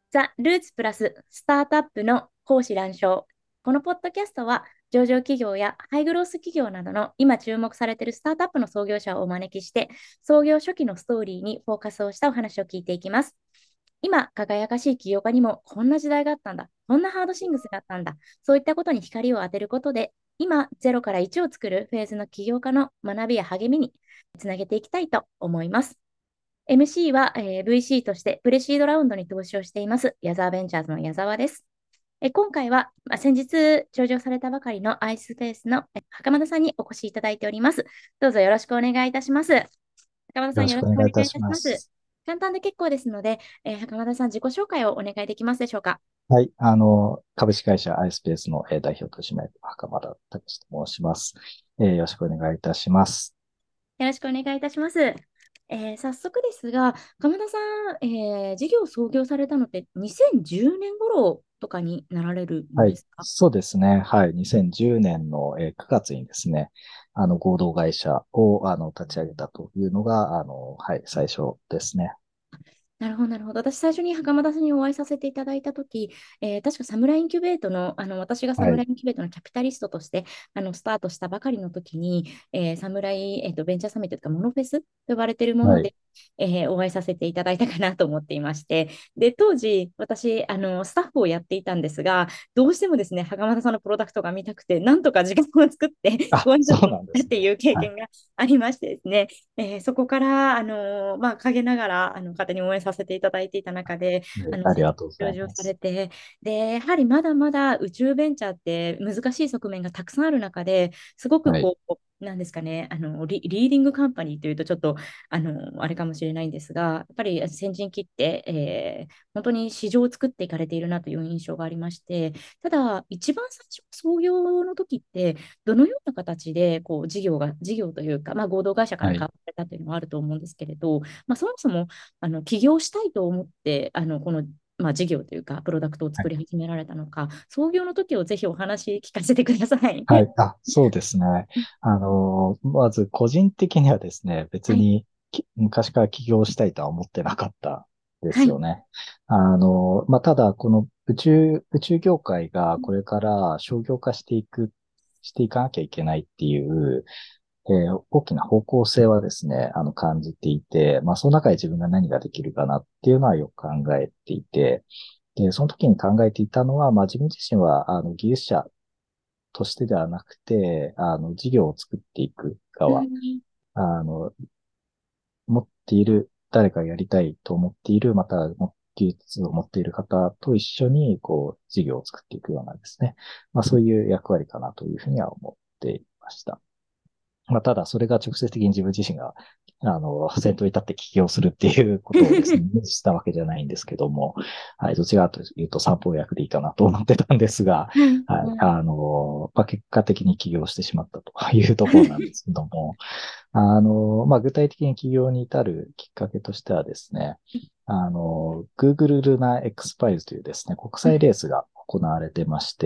ザ・ルーツプラススタートアップの講師乱唱。このポッドキャストは上場企業やハイグロース企業などの今注目されているスタートアップの創業者をお招きして創業初期のストーリーにフォーカスをしたお話を聞いていきます。今、輝かしい起業家にもこんな時代があったんだ。こんなハードシングスがあったんだ。そういったことに光を当てることで今、0から1を作るフェーズの起業家の学びや励みにつなげていきたいと思います。MC は、VC としてプレシードラウンドに投資をしています矢沢ベンチャーズの矢沢です。今回は、先日上場されたばかりのアイスペースの袴田さんにお越しいただいております。どうぞよろしくお願いいたします。袴田さん、 よろしくおよろしくお願い願いいたしいたします。 ます。 簡単で結構ですので、袴田さん、自己紹介をお願いできますでしょうか。 はい。株式会社アイスペースの代表取締役、袴田武史と申します。よろしくお願いいたします。 よろしくお願いいたします。早速ですが、鎌田さん、事業を創業されたのって2010年頃とかになられるんはい。 ですか？ そうですね。はい。2010年の9月にですね、合同会社を、立ち上げたというのが、はい、最初ですね。 なるほど、なるほど。私、最初に袴田さんにお会いさせていただいたとき、確かサムライインキュベートの、私がサはい。 ムライインキュベートのキャピタリストとしてスタートしたばかりのときに、サムライ、ベンチャーサミットというか、モノフェスと呼ばれているもはい。 ので、お会いさせていただいたかなと思っていまして、で、当時、私、スタッフをやっていたんですが、どうしてもですね、袴田さんのプロダクトが見たくて、なんとか時間を作ってごあ、 挨拶そうに行ったっなんですね。 ていう経はい。 験がありましてですね、そこから、陰ながら、方に応援させていただいていた中で、先日ありがとうござ上場されいます。 て、で、やはりまだまだ宇宙ベンチャーって難しい側面がたくさんある中で、すごくはい。 こう、なんですかね、リーディングカンパニーというとちょっと、あれかもしれないんですが、やっぱり先陣切って、本当に市場を作っていかれているなという印象がありまして、ただ、一番最初、創業の時って、どのような形でこう事業というか、合同会社からはい。 変わられたというのはあると思うんですけれど、そもそも起業したいと思って、この、事業というか、プロダクトをはい。 作り始められたのか、創業の時をぜひお話聞かせてください。 はい。あ、そうですね。まず個人的にはですね、別はい、 に昔から起業したいとは思ってなかったではい、 すよね。ただ、この宇宙業界がこれから商業化していかなきゃいけないっていう、大きな方向性はですね、感じていて、その中で自分が何ができるかなっていうのはよく考えていて、で、その時に考えていたのは、自分自身は、技術者としてではなくて、事業を作っていく側、 うん、 あの、持っている、誰かやりたいと思っている、また、技術を持っている方と一緒に、事業を作っていくようなですね。そういう役割かなというふうには思っていました。ただ、それが直接的に自分自身が、先頭に立って起業するっていうことをですね、イメージしたわけじゃないんですけども、はい、どちらかというと散歩役でいいかなと思ってたんですが、 はい、 はい、 はい、 結果的に起業してしまったというところなんですけども、具体的に起業に至るきっかけとしてはですね、Google ルナ X パイズというですね、国際レースが行われてまして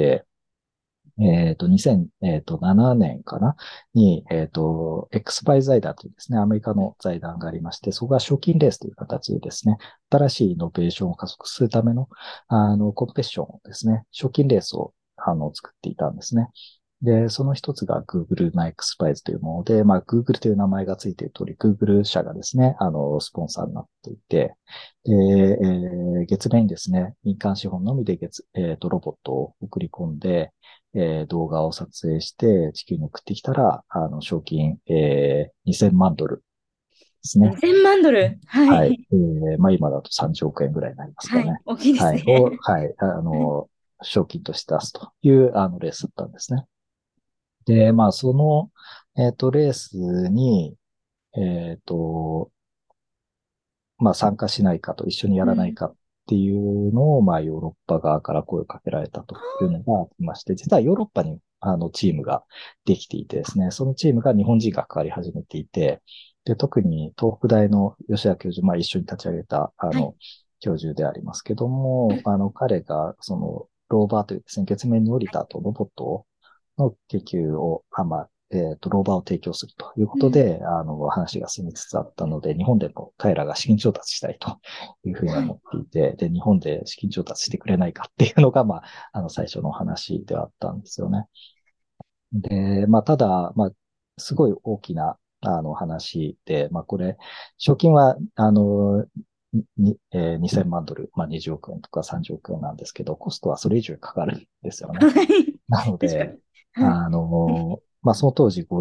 、2007年かなに、X パイ財団というですね、アメリカの財団がありまして、そこが賞金レースという形でですね、新しいイノベーションを加速するための、コンペティションをですね、賞金レースを、作っていたんですね。で、その一つが Google ナイクスパイズというもので、Google という名前がついている通り、Google 社がですね、スポンサーになっていて、で、月面にですね、民間資本のみでロボットを送り込んで、動画を撮影して地球に送ってきたら、賞金、2000万ドルですね。 2000万ドル。ははい。 い。 今だと30億円ぐらいになりますかね。 はい。大きいですはい。 ね。 はい。 はい。 賞金として出すという、レースだったんですね。で、その、レースに、えっと、参加しないかと、一緒にやうん。 らないかっていうのを、ヨーロッパ側から声をかけられたというのがありまして、実はヨーロッパに、チームができていてですね、そのチームが日本人が関わり始めていて、で、特に東北大の吉田教授、一緒に立ち上げた、 はい。 教授でありますけども、彼が、ローバーというですね、月面に降りた後、ロボットの研究を、 ローバーを提供するというこうん。 とで、話が進みつつあったので、日本でも彼らが資金調達したいというふうにはい。 思っていて、で、日本で資金調達してくれないかっていうのが、まあ、最初の話ではあったんですよね。で、まあ、ただ、まあ、すごい大きな、話で、まあ、これ、賞金は、2000万ドル、まあ、20億円とか30億円なんですけど、コストはそれ以上かかるんですよね。 はい。 なので、 確かに。はい。 まあ、その当時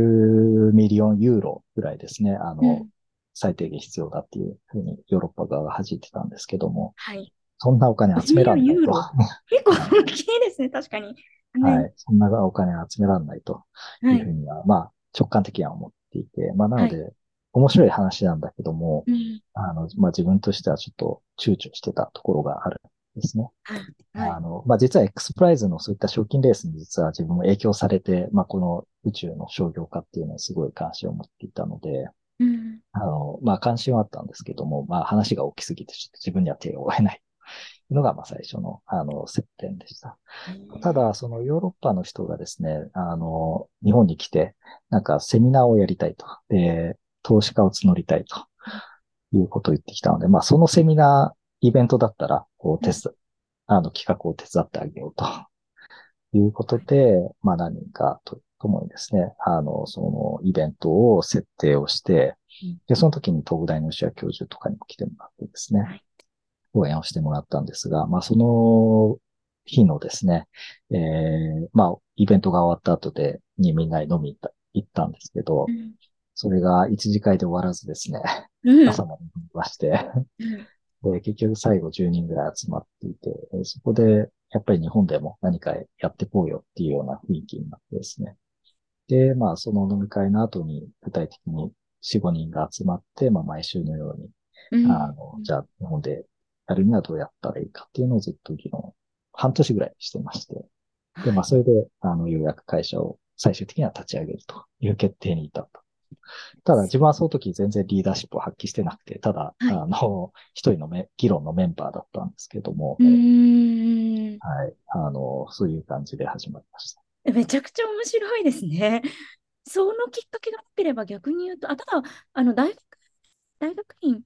50ミリオンユーロぐらいですね、 うん。 最低限必要だっていうふうにヨーロッパ側が弾いてたんですけども、 はい。 そんなお金集 50ミリオめらんないと。 ンユーロ。結構大きいですね、確かに。はい。 はい。そんなお金集めらんないとはい。 いうふうには、まあ、直感的には思っていて、まあ、なはい。 ので、面白い話なんだけども、 うん。 まあ、自分としてはちょっと躊躇してたところがあるんですね。 はい。はい。 まあ、実は X プライズのそういった賞金レースに実は自分も影響されて、まあ、この宇宙の商業化っていうのにすごい関心を持っていたので、 うん。 まあ、関心はあったんですけども、まあ、話が大きすぎて、ちょっと自分には手を負えないのが、まあ、最初の、接点でした。 へただ、 え。 そのヨーロッパの人がですね、日本に来て、なんかセミナーをやりたいと。で、投資家を募りたいということを言ってきたので、まあ、そのセミナー、イベントだったら、こう、 うん。 企画を手伝ってあげようということで、まあ、何人かと共にですね、そのイベントを設定をして、 うん。 で、その時に東大の石谷教授とかにも来てもらってですね、 はい。 講演をしてもらったんですが、まあ、その日のですね、まあ、イベントが終わった後にみんなで飲み行ったんですけど、 うん。 それが一次会で終わらずですね、 うん。 朝まで飲みまして、 うん。 で、結局最後10人ぐらい集まっていて、そこでやっぱり日本でも何かやっていこうよっていうような雰囲気になってですね。で、まあ、その飲み会の後に具体的に4、5人が集まって、まあ、毎週のように、 うん。 じゃあ、日本でやるにはどうやったらいいかっていうのをずっと議論、半年ぐらいしてまして。で、まあ、 はい。 それで、ようやく会社を最終的には立ち上げるという決定に至った。ただ、自分はその時全然リーダーシップを発揮してなくて、ただ、 はい。 一人の議論のメンバーだったんですけども、 うーん。 はい、そういう感じで始まりました。 めちゃくちゃ面白いですね。そのきっかけがなければ逆に言うと、ただ、大学院って、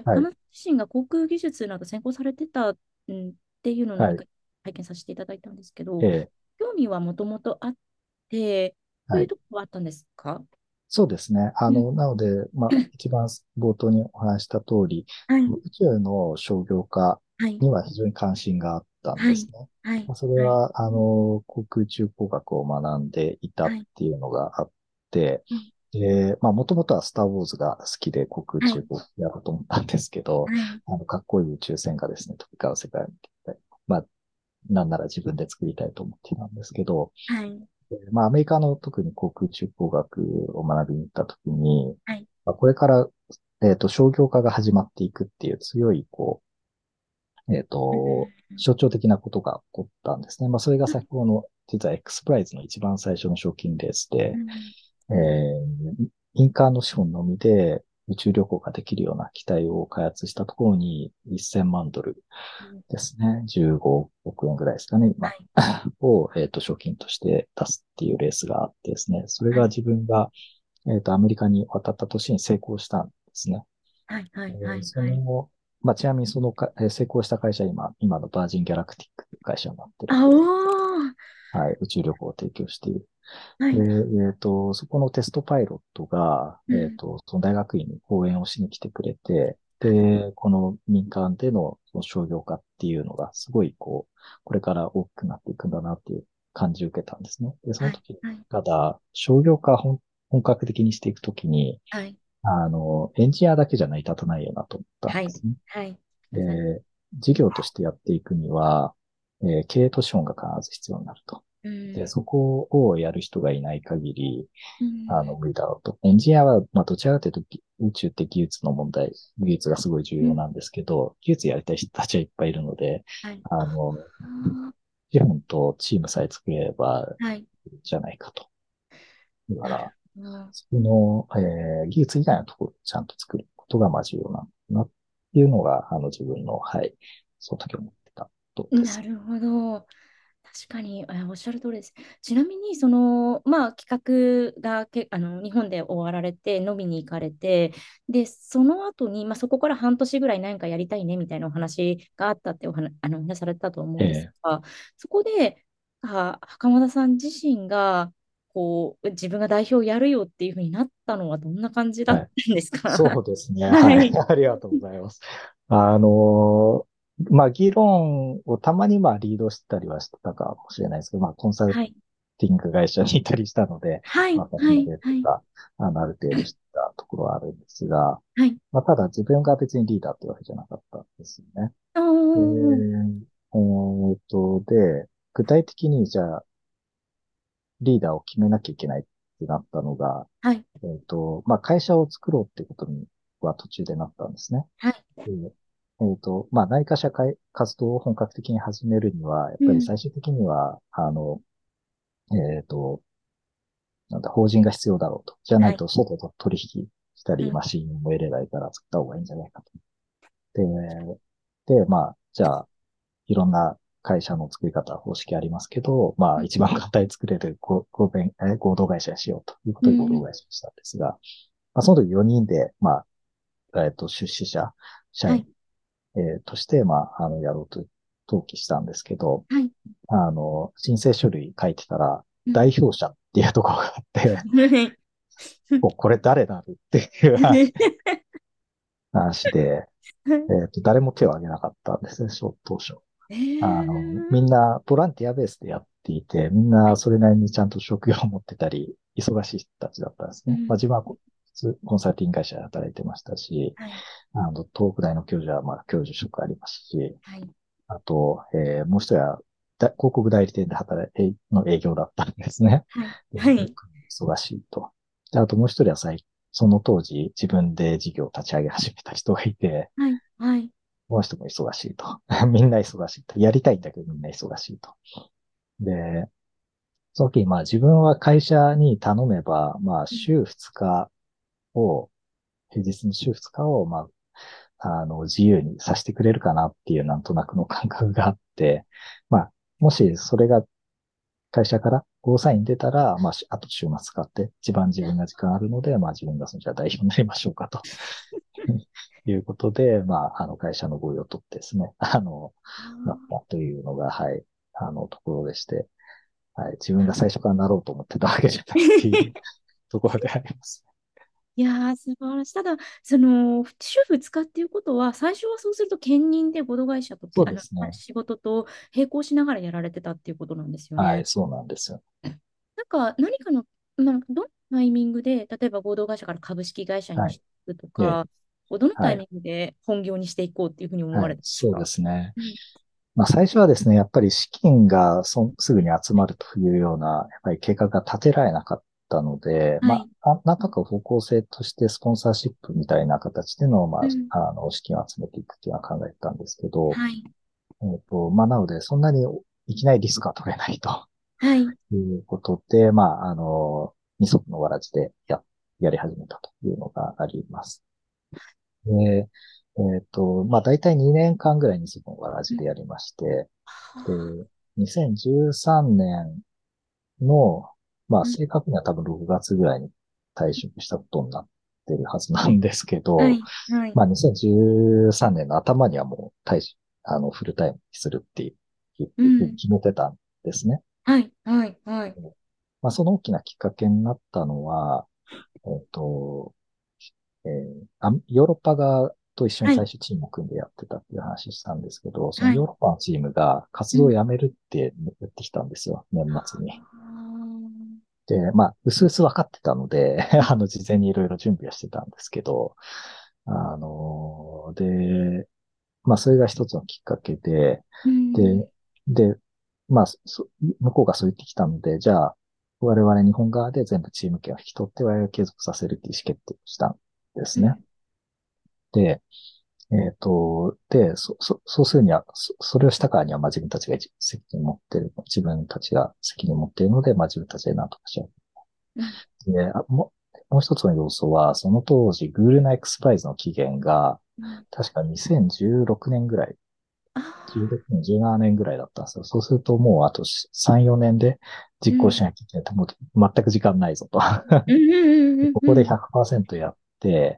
はい、 あなた自身が航空技術など専攻されてた、っていうのをはい、 何か拝見させていただいたんですけど、 ええ、 興味はもともとあって、そうはい。 いうところはあったんですか？ そうですね。 うん。 なので、まあ、一番冒頭にお話した通り、 はい。 宇宙の商業化はい。 には非常に関心があったんはい。 ですね。 はい。 まあそれはい。 は、航空宇宙工学を学んでいたっはい。 ていうのがあって、 うん。 で、まあ、もともとはスター・ウォーズが好きで航空宇はい。 宙をやろうと思ったんですけど、 はい。 かっこいい宇宙船がですね、飛び交う世界を見ていたい。まあ、なんなら自分で作りたいと思っていたんですけど、 はい。 まあ、アメリカの特に航空宇宙工学を学びに行った時に、 はい。 まあ、これから、商業化が始まっていくっていう強い、 うん。 象徴的なことが起こったんですね。まあ、それが先ほどの、実は X プライズの一番最初の賞金レースで、 うん。 え民間の資本のみで宇宙旅行ができるような機体を開発したところに1000万ドルうん。 ですね。15億円ぐらいですかね、今。 はい。 を、賞金として出すっていうレースがあってですね。それがはい。 自分が、アメリカに渡った年に成功したんですね。 はい。はい。はい。はい。 その、まあ、ちなみにそのか、成功した会社は今のバージンギャラクティックという会社になってるんあ、おです。 ー。 はい、宇宙旅行を提供している。で、 はい。 そこのテストパイロットが、 うん。 その大学院に講演をしに来てくれて、 はい。 で、この民間でのその商業化っていうのがすごいこれから大きくなっていくんだなっていう感じを受けたんですね。で、そのはい。 時、 はい。 ただ、商業化本格的にしていくときに、 はい。 エンジニアだけじゃ成り立たないよなと思ったんはい。 ですね。 はい。まさに。 で、事業としてやっていくには、経営と資本が必ず必要になると。で、 うん。 そこをやる人がいない限り、 うん。 無理だろうと。エンジニアは、まあ、どちらかというと、宇宙って技術の問題、技術がすごい重うん。 要なんですけど、技術やりたい人たちはいっぱいいるので、 はい。 あの、 あ資本とチームさえ作れればー。はい。 いいんじゃないかと。だかなるら、 ほど。 その、技術以外のところをちゃんと作ることが、まあ、重要なんだなっていうのが、自分の、はい、その時思ってたことです。 なるほど。 確かに、おっしゃる通りです。ちなみに、まあ、企画が日本で終わられて、飲みに行かれて、で、その後に、まあ、そこから半年ぐらい何かやりたいねみたいなお話があったってお話されたと思うんですええ、 が、そこで、袴田さん自身が、自分が代表をやるよっていうふうになったのはどんな感じだったはい。 んですか？ そうですね。はい。 はい。 ありがとうございます。あのまあ、議論をたまにまあリードしたりはしてたかもしれないですけど、まあ、コンサルはい。 ティング会社にいたりしたので、 はい。 まあ、そのはい。 イベンはい。 トが、ある程度知ったところはあるんですが、 はい。 まあ、ただ自分が別にリーダーってわけじゃなかったんですよね。 おで、 ー。 具体的にじゃあ、リーダーを決めなきゃいけないってなったのが、 はい。 まあ、会社を作ろうってことには途中でなったんですね。 はい。 でまあ、何か社会活動を本格的に始めるには、やっぱりうん。 最終的には、えっと、なんだ、法人が必要だろうと。じゃなはい。 いと、外と取引したり、 うん。 マシンも得れないから作った方がいいんじゃないかと。で、まあ、じゃあ、いろんな会社の作り方、方式ありますけど、まあ、 うん。 一番簡単に作れる合同会社にしようということで合同うん。 会社にしたんですが、まあ、その時4人で、まあ、出資者、社員、 はい。 として、まあ、やろうと登記したんですけど、 はい。 申請書類書いてたら、 うん。 代表者っていうところがあって、 はい。 これ誰なるっていう話で、誰も手を挙げなかったんですね、当初。 えー。 みんなボランティアベースでやっていて、みんはい。 なそれなりにちゃんと職業を持ってたり、忙しい人たちだったんですね。まあうん。 自分は普通コンサルティング会社で働いてましたし、 はい。 東北大の教授はまあ教授職ありますし、 はい。 あと、もう一人は広告代理店での営業だったんですね。 はい。 ではい。 忙しいと。で、あともう一人はその当時自分で事業を立ち上げ始めた人がいて、 はい。はい。 この人も忙しいと。みんな忙しいと。やりたいんだけどみんな忙しいと。で、その時、まあ自分は会社に頼めば、まあうん。 週2日を、平日の週2日を、まあ、自由にさせてくれるかなっていうなんとなくの感覚があって、まあ、もしそれが会社からゴーサイン出たら、まあ、あと週末使って一番自分が時間あるので、まあ自分がじゃあ代表になりましょうかということで、まあ、会社の合意を取ってですね、なっあたというのが、はい、ところでして、はい、自分が最初からなろうと思ってたわけじゃないっていうところであります。 いやー、素晴らしい。ただ、週2日っていうことは、最初はそうすると兼任で合同会社とそうですね。 仕事と並行しながらやられてたっていうことなんですよね。 はい、そうなんですよ。 何かの、どのタイミングで、例えば合同会社から株式会社にはい。 していくとええ、 か、どのタはい。 イミングで本業にしていこうっていうふうに思わはい。 れたんですそうでか？ すね。 うん。 まあ最初はですね、やっぱり資金がすぐに集まるというような、やっぱり計画が立てられなかったので、まはい。 あ、なんとか方向性としてスポンサーシップみたいな形での、まうん。 あ、資金を集めていくっていうのは考えてたんですけど、 はい。 まあなので、そんなにいきなりリスクは取れないとはい。 いうことで、まあ、二足のわらじでやり始めたというのがあります。で、まあ、大体2年間ぐらい二足のわらうん。 じでやりまして、で、 はあ。 2013年の、まあ、 うん。 正確には多分6月ぐらいに退職したことになってるはずなんですけど、 はい。はい。 まあ、2013年の頭にはもうフルタイムにするっていう、 うん。 決めてたんですね。 はい。はい。はい。 まあ、その大きなきっかけになったのは、えっと、ヨーロッパ側と一緒にはい。 最初チームを組んでやってたっていう話したんですけど、そのはい。 ヨーロッパのチームが活動をうん。 やめるって言ってきたんですよ、年末に。 あで、まあ、うすうす分かってたので、 ー。 事前にいろいろ準備はしてたんですけど、で、まあ、それが一つのきっかけで、 うん。 で、で、まあ、向こうがそう言ってきたので、じゃあ、我々日本側で全部チーム権を引き取って我々を継続させるっていう意思決定をしたんですね。 うん。 で、そうするには、それをしたからには、まあ自分たちが責任を持ってる、自分たちが責任を持っているので、まあ自分たちで何とかしようん。 う。で、もう一つの要素は、その当時、Google の X プライズの期限が、 うん。 確か2016年ぐらいあ 16年、17年ぐらいだったんですよ。そうするともうあと3、4年でー、うん、 実行しなきゃいけないと、もう全く時間ないぞと。 うん、うん、 ここでうん、 100%やって、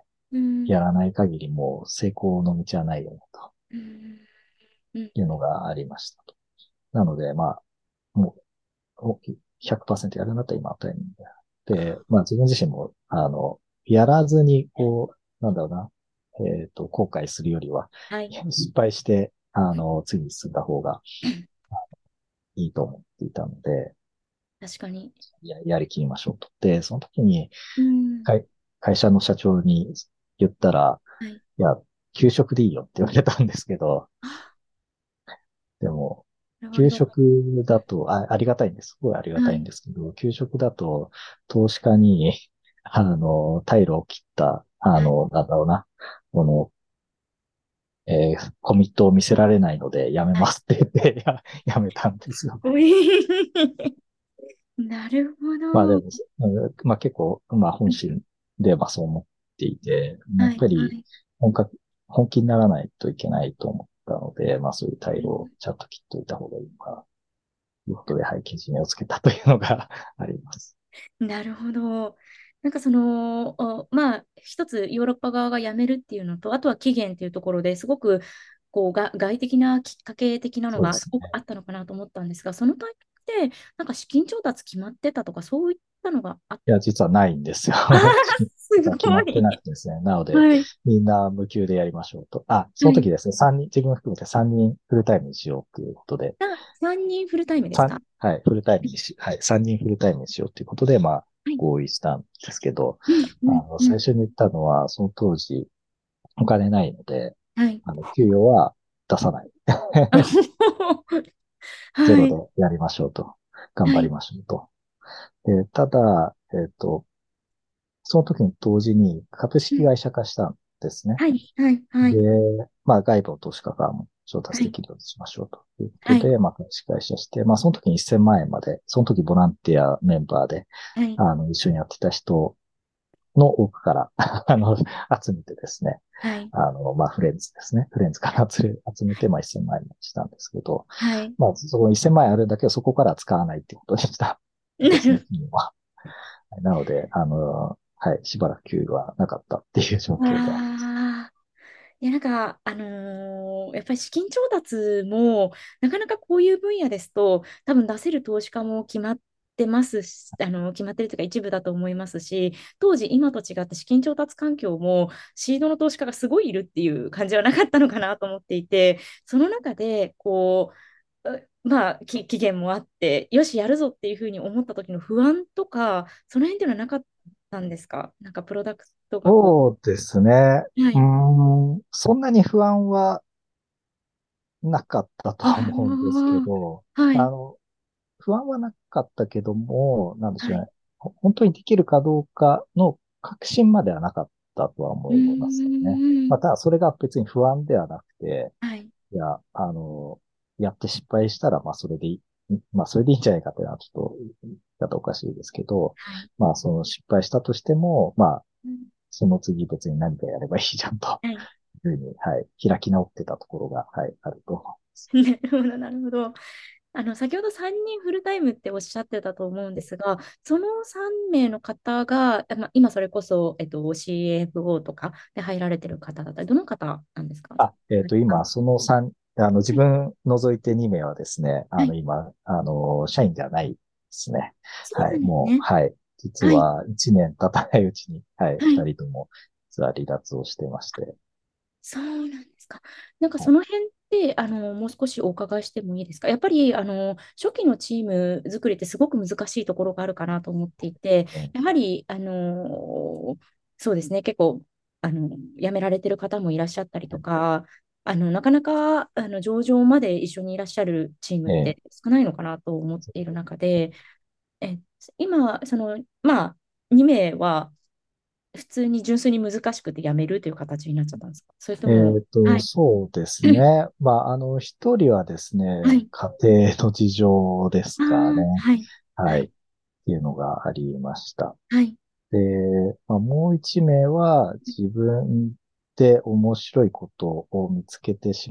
うん、 やらない限りもう成功の道はないよね、とうん、うん、 いうのがありましたと。なので、まあ、もう100%やるんだったら今のタイミングで。で、まあ自分自身も、やらずに、こう、なんだろうな、後悔するよりは、 はい。 失敗して、次に進んだ方がいいと思っていたので、 確かに。 やりきりましょうと。で、その時にうん。 会、会社の社長に言ったら、 はい。 いや、給食でいいよって言われたんですけど、 あ、 でも、 なるほ給ど。 食だと、ありがたいんです。すごいありがたいんはい。 ですけど、給食だと、投資家に、退路を切った、 はい。 なんだろうな、この、コミットを見せられないので、やめはい。 ますって言ってやめたんですよ。 おい。なるほど。 まあでも、まあ結構、まあ本心でまあそう思っていて、やはい。 っぱりはい。 本格、本気にならないといけないと思ったので、まあそういううん、 退路をちゃんと切っておいた方がいいのかな、ということで、はい、けじめをつけたというのがあります。 なるほど。なんかその、まあ、一つヨーロッパ側が辞めるっていうのと、あとは期限っていうところですごくこう外的なきっかけ的なのそうでがすごくあすね。 ったのかなと思ったんですが、そのタイミングで、なんか資金調達決まってたとか、そういったのがあっいや、実はないんですよ。 ああ、す実は決まってごい。 なくてですね。なので、 はい。 みんな無給でやりましょうと。あ、そはい。 の時ですね、3人、自分含めて3人フルタイムにしようということで、 3人フルタイムですか？ はい、フルタイムにし、はい、3人フルタイムにしようということで、まあ、 はい。 合意したんですけど、 うん、うん、うん。 最初に言ったのは、その当時、お金ないので、 はい。 給与は出さない。ゼロではい。 やりましょうと。頑はい。 張りましょうと。で、ただ、その時に同時に株うん、 式会社化したんですね。 はい。はい。はで、 い。 まあ外部の投資家からも調達はい。 できるようにしましょうというこはい。 とで、まあ株式会社して、まあその時に1000万円まで、その時ボランティアメンバーで、 はい。 一緒にやってた人の多くから集めてですね、 はい。 まあフレンズですね。フレンズから集めて、まあ1000万円にしたんですけど、 はい。 まあそこ1000万円あるんだけど、そこから使わないってことでしたですね、 なる金は。なので、はい、しばらく給与はなかったっていう状況であります。 ああ。いや、なんか、やっぱり資金調達も、なかなかこういう分野ですと、多分出せる投資家も決まってますし、決まってるというか一部だと思いますし、当時、今と違って資金調達環境も、シードの投資家がすごいいるっていう感じはなかったのかなと思っていて、その中で、こう、まあ、期限もあって、よし、やるぞっていうふうに思った時の不安とか、その辺っていうのはなかったんですか？なんかプロダクトがこそうですね。 う。はい。 そんなに不安はなかったとあは思うんですけど、 あ、はい。 不安はなかったけども、なんでしはい。 ょうね。本当にできるかどうかの確信まではなかったとはう思いますよね。 ーん。 また、それが別に不安ではなくて、 はい。 いや、やって失敗したら、まあ、それでまあ、それでいいんじゃないかっていうのは、ちょっと、言い方おかしいですけど、 はい。 まあ、その失敗したとしても、まあ、 うん、 その次別に何かやればいいじゃんとはい。 いうふうに、はい、開き直ってたところが、はい、あると思います。 なるほど、なるほど。先ほど3人フルタイムっておっしゃってたと思うんですが、その3名の方が、今それこそ、CFO とかで入られてる方だったり、どの方なんですか？ あ、 あ、 今、その3、自分除いて2名はですね、 はい。 今、社員ではないですね。 そうはい、もう、 なんですね。 はい。実はい。 は1年経たないうちに、はい、 はい。 2人とも、実は離脱をしてまして。 そうなんですか。なんかはい。 その辺って、もう少しお伺いしてもいいですか？やっぱり、初期のチーム作りってすごく難しいところがあるかなと思っていて、 ねやはり、そうですね、結構、辞められてる方もいらっしゃったりとか、なかなか、上場まで一緒にいらっしゃるチームっえて少ないのかなと思っている中で、え、今、まあ、2名は、普通に純粋に難しくて辞めるという形になっちゃったんですか？それとも、はい。 そうですね。まあ、一人はですね、 はい。 家庭の事情ですあかね。 あ、はい。 はい。っはい。 ていうのがありました。 はい。 で、まあ、もう1名は自分で面白いことを見つけてしまっ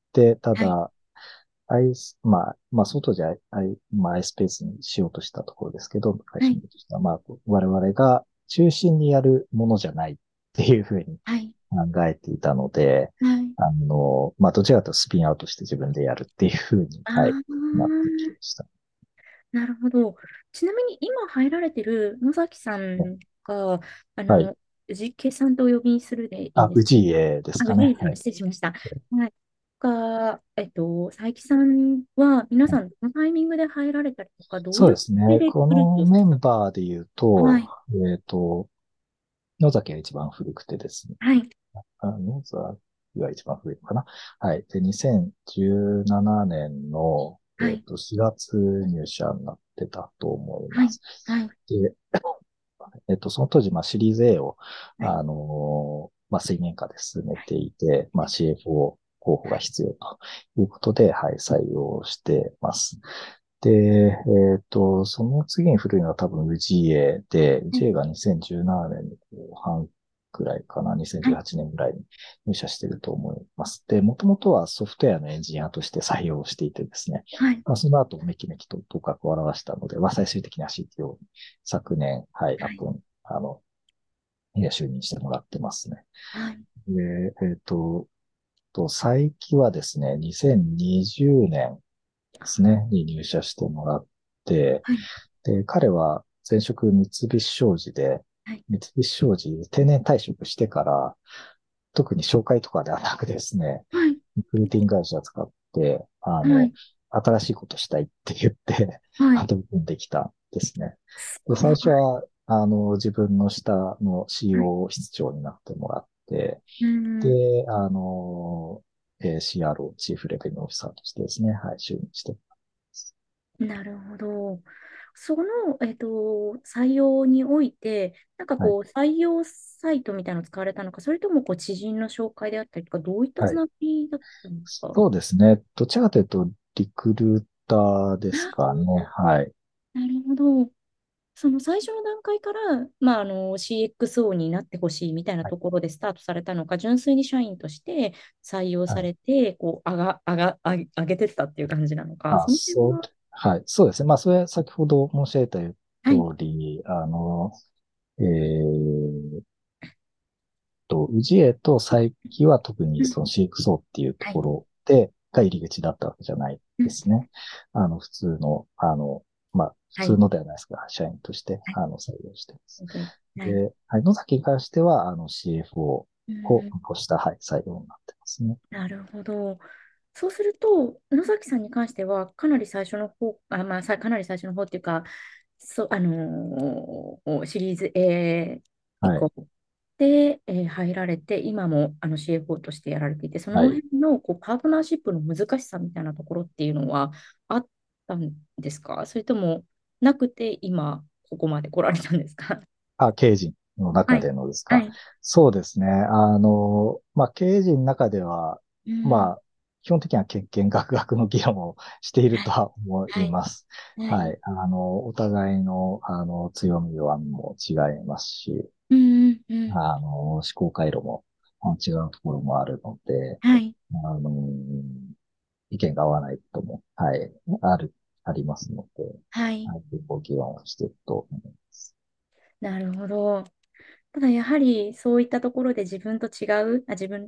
て、たはい。 だ、アイス、まあ、外じゃアイスペースにしようとしたところですけど、会はい。 社にとしては、まあ、我々が中心にやるものじゃないっていうふうにはい。 考えていたので、 はい。 まあ、どちらかというとスピンアウトして自分でやるっていうふうに、 あはい、なっていきあ、 ました。 なるほど。ちなみに今入られてる野崎さんが、あはい。 の、氏家さんとお呼びするでいいんあ、 ですか？ 氏家ですあ、 かね。 氏家さん、 はい。 失礼しました。はい。佐伯さんは、皆さん、どのタイミングで入られたりとか、どうそういうですね。 経緯でこ来るとされのメンたんですか？ バーで言うと、 はい。 えっと、野崎が一番古くてですね。 はい。 野崎が一番古いのかな。はい。で、2017年の、 はい。 4月入社になってたと思いはい。 ます。 はい。 で、その当時、まあ、シリーズ A を、 はい。 まあ、水面下で進めていて、まあ、CFO 候補が必要ということで、はい、採用してます。で、その次に古いのは多分、氏家で、 はい。 氏家が2017年の後半くらいかな、2018 はい。 年ぐらいに入社していると思います。で、もともとはソフトウェアのエンジニアとして採用していてですね、 はい。 まあ、その後、めきめきと頭角を現したので、まあ、最終的には CTO に昨年、はい、 はい。 就任してもらってますね。 はい。 で、最近はですね、2020年ですね、に入社してもらって、 はい。 で、彼は前職三菱商事で、 はい。 三菱商事定年退職してから、特に紹介とかではなくですね、 はい。 リクルーティング会社を使って、 はい。 新しいことしたいって言って、 はい。 取り組んできたんですね。で、 すごい。 最初は、自分の下のはい。 CEO 室長になってもらって、 うん。 で、CRO、チーフレベルオフィサーとしてですね、はい、就任してます。 なるほど。その、採用において、なんかはい。 こう、採用サイトみたいなの使われたのか、それともこう知人の紹介であったりとか、どういったはい。 つながりだったんですか？ そうですね。どちらかというと、リクルーターですかあ、 ね。はい。 なるほど。その最初の段階から、CXO になってほしいみたいなはい。 ところでスタートされたのか、純粋に社員として採用はい。 されて、こう、上げてったっていう感じなのか、 あ、 その辺は、 はい。そうですね。まあ、それは先ほど申し上げた通はい、 り、氏家と佐伯は特うん、 にその CXO っていうとはい、 ころが入り口だったわけじゃないうん、 ですね。普通の、まあ、普はい、 通のではないですが、社員として、 はい、 採用しています。 本当に、はい。 で、はい、野崎に関しては、CFO をうん、 残した、はい、採用になってますね。 なるほど。そうすると、野崎さんに関しては、かなり最初の方、かなり最初の方っていうか、シリーズ A 以はい。 降で、入られて、今もCFO としてやられていて、そはい。 の辺のこうパートナーシップの難しさみたいなところっていうのはあったんですか？それともなくて、今、ここまで来られたんですか？ あ、経営陣のはい。 中でのですか。 はい。 そうですね。まあ、経営陣の中では、 うん。 まあ、基本的にはけ見学学の議論をしているはい。 とは思はい。 います。 はい。 はい。お互いの、強み弱みも違いますし、 うん。うん。 思考回路も違うところもあるので、 はい。 あの、意見が合わないことも、はい、ありますので、 はい。 はい、結構議論をしていると思います。 なるほど。ただやはりそういったところで自分と違う、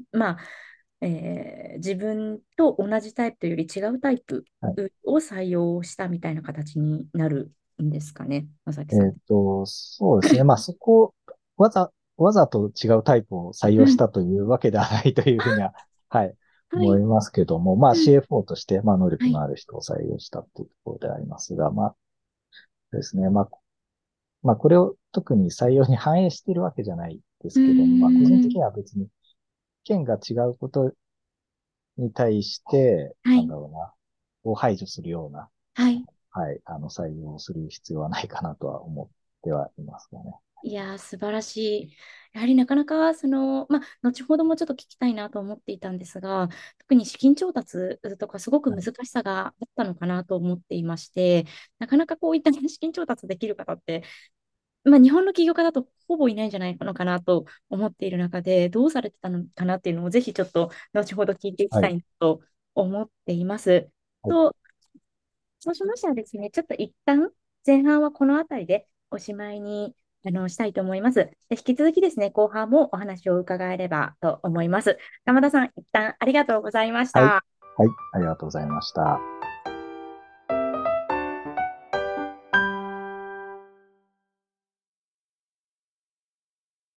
自分と同じタイプというより違うタイプはい。 を採用したみたいな形になるんですかね、まさきさん。 そうですね。まあ、わざと違うタイプを採うん。 用したというわけではないというふうには、はい、 はい。 思いますけども、まあ、 うん。 CFO として、まあ、能力のはい。 ある人を採用したというところでありますが、まあ、ですね。まあ、これを特に採用に反映しているわけじゃないですうーけども、まあ、個人的ん。 には別に意見が違うことに対して、 はい。 なんだろうな、を排除するような、 はい。 はい、採用する必要はないかなとは思ってはいますがね。 いやー、素晴らしい。やはりなかなか、後ほどもちょっと聞きたいなと思っていたんですが、特に資金調達とかすごくはい。 難しさがあったのかなと思っていまして、なかなかこういった資金調達できる方って、日本の起業家だとほぼいないんじゃないのかなと思っている中で、どうされてたのかなっていうのをぜひちょっと後ほど聞いていきはい。 たいなと思っています。 はい。 と、そうしましたらですね、ちょっと一旦前半はこの辺りでおしまいにしたいと思います。で、引き続きですね、後半もお話を伺えればと思います。鎌田さん、一旦ありがとうございましはい。 た。 はい。ありがとうございました。